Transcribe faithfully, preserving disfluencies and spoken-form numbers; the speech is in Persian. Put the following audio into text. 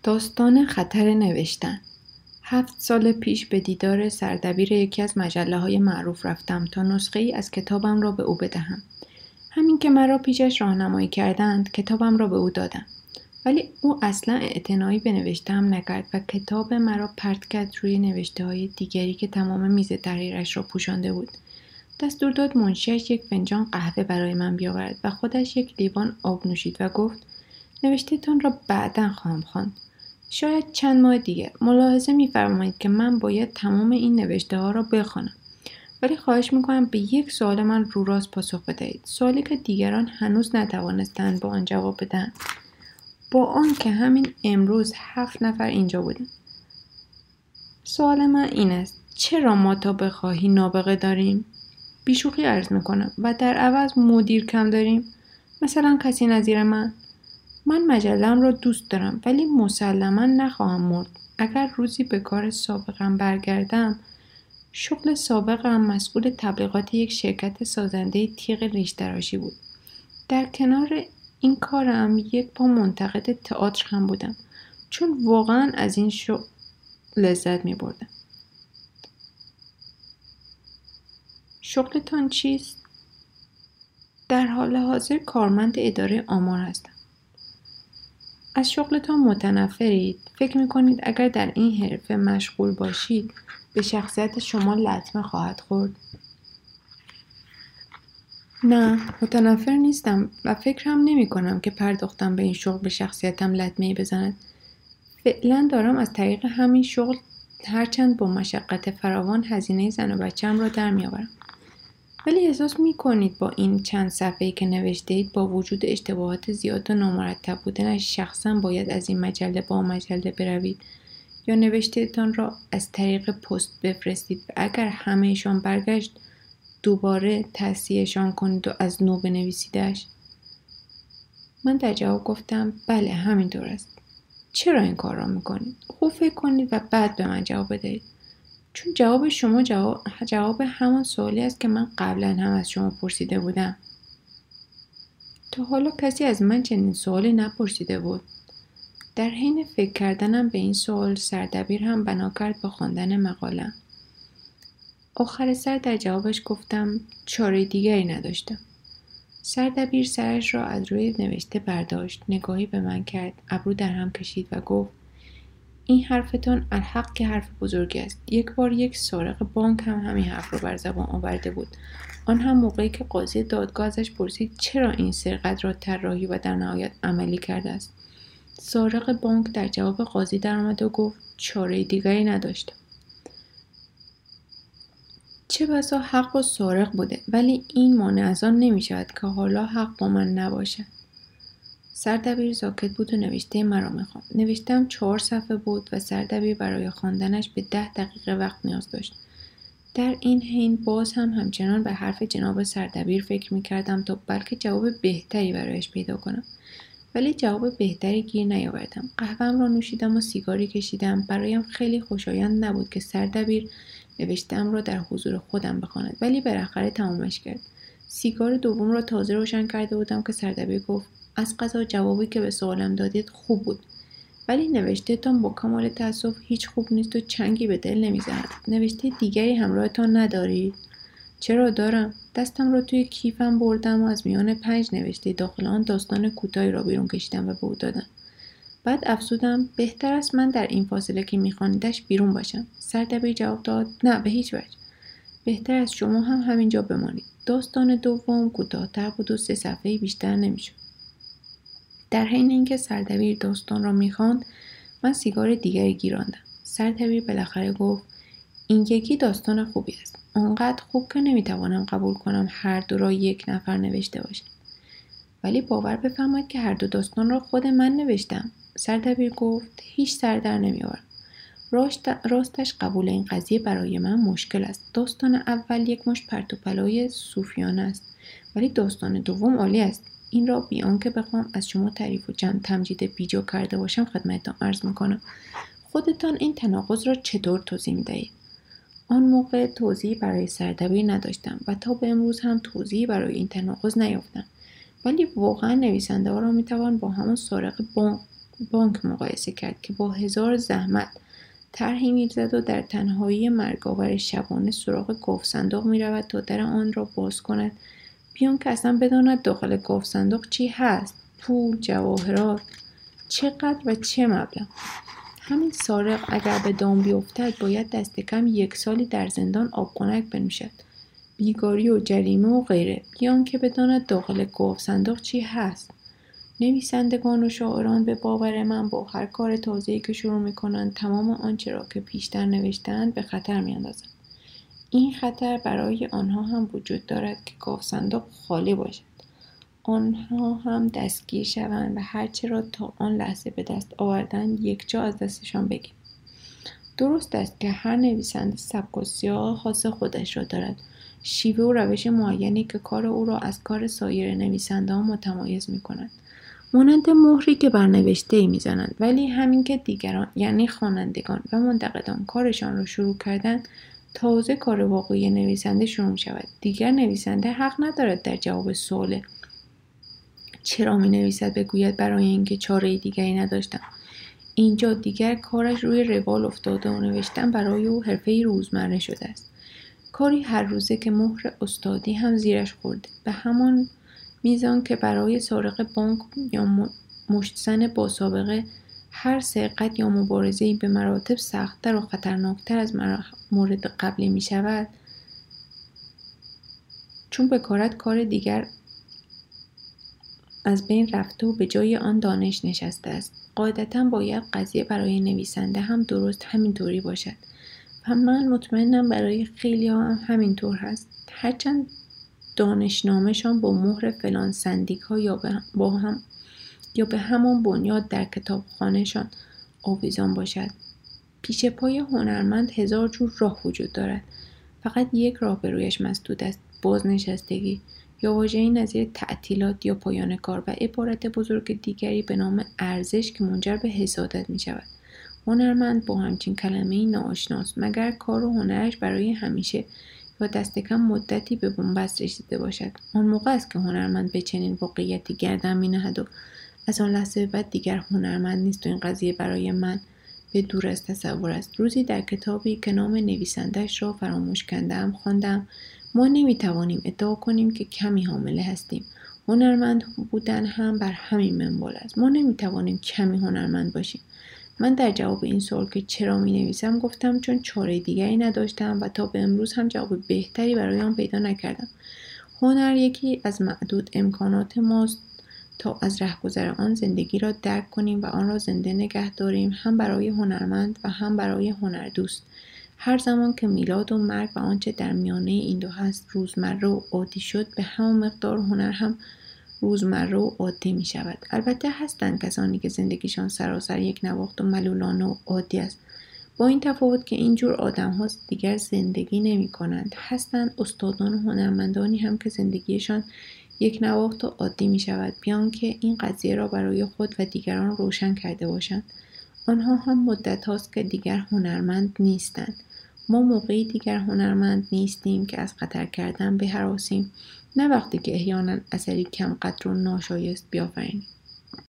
داستان خطر نوشتن. هفت سال پیش به دیدار سردبیر یکی از مجله‌های معروف رفتم تا نسخه‌ای از کتابم را به او بدهم. همین که مرا پیشش راهنمایی کردند، کتابم را به او دادم. ولی او اصلا اعتنایی به نوشته‌ام نکرد و کتاب مرا پرت کرد روی نوشته‌های دیگری که تمام میز تحریرش را پوشانده بود. دستور داد منشیش یک فنجان قهوه برای من بیاورد و خودش یک لیوان آب نوشید و گفت: نوشته‌تان را بعداً خواهم خواند. شاید چند ماه دیگر. ملاحظه می‌فرمایید که من باید تمام این نوشته ها را بخوانم. ولی خواهش می‌کنم به یک سوال من رو راست پاسخ بدهید. سوالی که دیگران هنوز نتوانستند با آن جواب بدهند. با آن که همین امروز هفت نفر اینجا بودند. سوال من این است: چرا ما تا بخواهی نابغه داریم؟ بیشوخی عرض می‌کنم و در عوض مدیر کم داریم؟ مثلا کسی نظیر من؟ من مجله‌ام را دوست دارم ولی مسلماً نخواهم مرد. اگر روزی به کار سابقم برگردم، شغل سابقم مسئول تبلیغات یک شرکت سازنده تیغ ریش تراشی بود. در کنار این کارم یک پا منتقد تئاتر هم بودم، چون واقعاً از این شغل لذت می بردم. شغلتان چیست؟ در حال حاضر کارمند اداره آمار هستم. از شغلتان متنفرید؟ فکر میکنید اگر در این حرفه مشغول باشید به شخصیت شما لطمه خواهد خورد؟ نه، متنفر نیستم و فکر هم نمی کنم که پرداختم به این شغل به شخصیتم لطمه بزند. فعلا دارم از طریق همین شغل هرچند با مشقت فراوان هزینه زن و بچه‌ام را در می آورم. ولی احساس می کنید با این چند صفحه‌ای که نوشته اید با وجود اشتباهات زیاد و نامرتب بودنش شخصا باید از این مجله با مجله بروید یا نوشته‌تان را از طریق پست بفرستید و اگر همه‌شان برگشت دوباره تصحیحشان کنید و از نو بنویسیدش؟ من در جواب گفتم بله همینطور است. چرا این کار را میکنید؟ خوب فکر کنید و بعد به من جواب بدهید. چون جواب شما جواب, جواب همان سوالی است که من قبلا هم از شما پرسیده بودم. تا حالا کسی از من چنین سوالی نپرسیده بود. در حین فکر کردنم به این سوال سردبیر هم بنا کرد به خواندن مقاله‌ام. آخر سر در جوابش گفتم چاره دیگری نداشتم. سردبیر سرش را از روی نوشته برداشت، نگاهی به من کرد، ابرو در هم کشید و گفت: این حرفتان الحق که حرف بزرگی است. یک بار یک سارق بانک هم همین حرف رو بر زبان آورده بود. آن هم موقعی که قاضی دادگاه ازش پرسید چرا این سرقت را طراحی و در نهایت عملی کرده است. سارق بانک در جواب قاضی درآمد و گفت چاره دیگری نداشتم. چه بسا حق با سارق بوده، ولی این مانع از آن نمی شود که حالا حق با من نباشه. سردبیر ساکت بود و نوشته مرا می‌خواند. نوشتم چهار صفحه بود و سردبیر برای خواندنش به ده دقیقه وقت نیاز داشت. در این حین باز هم همچنان به حرف جناب سردبیر فکر می‌کردم تا بلکه جواب بهتری برایش پیدا کنم. ولی جواب بهتری گیر نیاوردم. قهوه‌ام را نوشیدم و سیگاری کشیدم. برایم خیلی خوشایند نبود که سردبیر نوشته‌ام را در حضور خودم بخواند، ولی بالاخره تمامش کرد. سیگار دوم را تازه روشن کرده بودم که سردبیر گفت: از قضا جوابی که به سوالم دادید خوب بود، ولی نوشته‌تان با کمال تأسف هیچ خوب نیست و چنگی به دل نمیزند. نوشته دیگری همراهتان ندارید؟ چرا دارم. دستم را توی کیفم بردم و از میان پنج نوشته داخل آن داستان کوتاهی را بیرون کشیدم و به او دادم. بعد افسودم بهتر است من در این فاصله که میخواندش بیرون باشم. سردبیر جواب داد: نه به هیچ وجه. بهتر است شما هم همینجا بمانید. داستان دوم کوتاه‌تر بود و سه صفحه‌ای بیشتر نمیشد. در حین اینکه سردبیر داستان را میخواند من سیگار دیگری گیراندم. سردبیر بالاخره گفت: این یکی داستان خوبی است. آنقدر خوب که نمیتوانم قبول کنم هر دو را یک نفر نوشته باشد. ولی باور بفرمایید که هر دو داستان را خود من نوشتم. سردبیر گفت: هیچ سر در نمیآورم. راستش قبول این قضیه برای من مشکل است. داستان اول یک مشت پرت و پلای صوفیانه است، ولی داستان دوم عالی است. این را بی آنکه بخوام از شما تعریف و جمع تمجید بیجا کرده باشم خدمتتان عرض میکنم. خودتان این تناقض را چطور توضیح میدهید؟ آن موقع توضیحی برای سردبیر نداشتم و تا به امروز هم توضیحی برای این تناقض نیافتم. ولی واقعا نویسنده ها را میتوان با همون سارق بانک بانک مقایسه کرد که با هزار زحمت طرحی می‌زد و در تنهایی مرگاور شبانه سراغ گاو صندوق می‌رود تا در آن را باز کند، بیان که اصلا بداند داخل گاو صندوق چی هست، پول، جواهرات، چقدر و چه مبلغ. همین سارق اگر به دام بیفتد باید دست کم یک سالی در زندان آبخنک بنوشد، بیگاری و جریمه و غیره، بیان که بداند داخل گاو صندوق چی هست. نویسندگان و شاعران به باور من با هر کار تازه‌ای که شروع می‌کنند تمام آنچه را که پیشتر نوشته‌اند به خطر می‌اندازند. این خطر برای آنها هم وجود دارد که گاو صندوق خالی باشد، آنها هم دستگیر شوند و هرچه را تا آن لحظه به دست آوردند یک جا از دستشان بگیرند. درست است که هر نویسنده سبک و سیاق خاص خودش را دارد، شیوه و روش معینی که کار او را از کار سایر نویسنده‌ها متمایز می‌کند، مانند مهری که بر نوشته‌ای می‌زنند. ولی همین که دیگران یعنی خوانندگان و منتقدان کارشان را شروع کردند، تازه کار واقعی نویسنده شروع می‌شود. دیگر نویسنده حق ندارد در جواب سوال چرا می‌نویسد بگوید برای اینکه چاره دیگری نداشتم. اینجا دیگر کارش روی روال افتاده و نوشتن برای او حرفه‌ای روزمره شده است، کاری هر روزه که مهر استادی هم زیرش خورده، به همان میزان که برای سارق بانک یا مشتزن با سابقه هر سرقت یا مبارزه‌ای به مراتب سخت‌تر و خطرناکتر از مورد قبلی می شود، چون بکارت کار دیگر از بین رفته و به جای آن دانش نشسته است. قاعدتاً باید قضیه برای نویسنده هم درست همینطوری باشد و من مطمئنم برای خیلی ها هم همینطور هست، هرچند دانشنامه‌شان با مهر فلان سندیکا یا با هم یا به همان بنیاد در کتابخانه‌شان آویزان باشد. پیش پای هنرمند هزار جور راه وجود دارد، فقط یک راه به رویش مسدود است: بازنشستگی، یا واژه‌ای نظیر تعطیلات یا پایان کار، و عبارت بزرگ دیگری به نام ارزش که منجر به حسادت می شود. هنرمند با همچین کلمه‌ای ناآشناست، مگر کار و هنرش برای همیشه یا دست کم مدتی به بنبست رسیده باشد. آن موقع است که هنرمند به چنین واقعیتی گردن می نهد و از آن لحظه بعد دیگر هنرمند نیست و این قضیه برای من به دور از تصور است. روزی در کتابی که نام نویسنده‌اش را فراموش کردم خواندم: ما نمیتوانیم ادعا کنیم که کمی حامله هستیم. هنرمند بودن هم بر همین منوال است. ما نمیتوانیم کمی هنرمند باشیم. من در جواب این سوال که چرا می نویسم گفتم چون چاره دیگری نداشتم و تا به امروز هم جواب بهتری برای آن پیدا نکردم. هنر یکی از معدود امکانات ماست تا از رهگذر آن زندگی را درک کنیم و آن را زنده نگه داریم، هم برای هنرمند و هم برای هنردوست. هر زمان که میلاد و مرگ و آنچه در میانه این دو هست روزمره و عادی شد، به همان مقدار هنر هم روزمره و عادی می شود. البته هستند کسانی که زندگیشان سراسر یک نواخت و ملولانه و عادی است، با این تفاوت که اینجور آدم ها دیگر زندگی نمی کنند. هستند استادان و هنرمندانی هم که زندگیشان یک نواخت و عادی می شود، بیان که این قضیه را برای خود و دیگران روشن کرده باشند. آنها هم مدت هاست که دیگر هنرمند نیستند. ما موقعی دیگر هنرمند نیستیم که از خطر کردن بهراسیم، نه وقتی که احیانا اثری کم قدر و ناشایست بیافرینیم.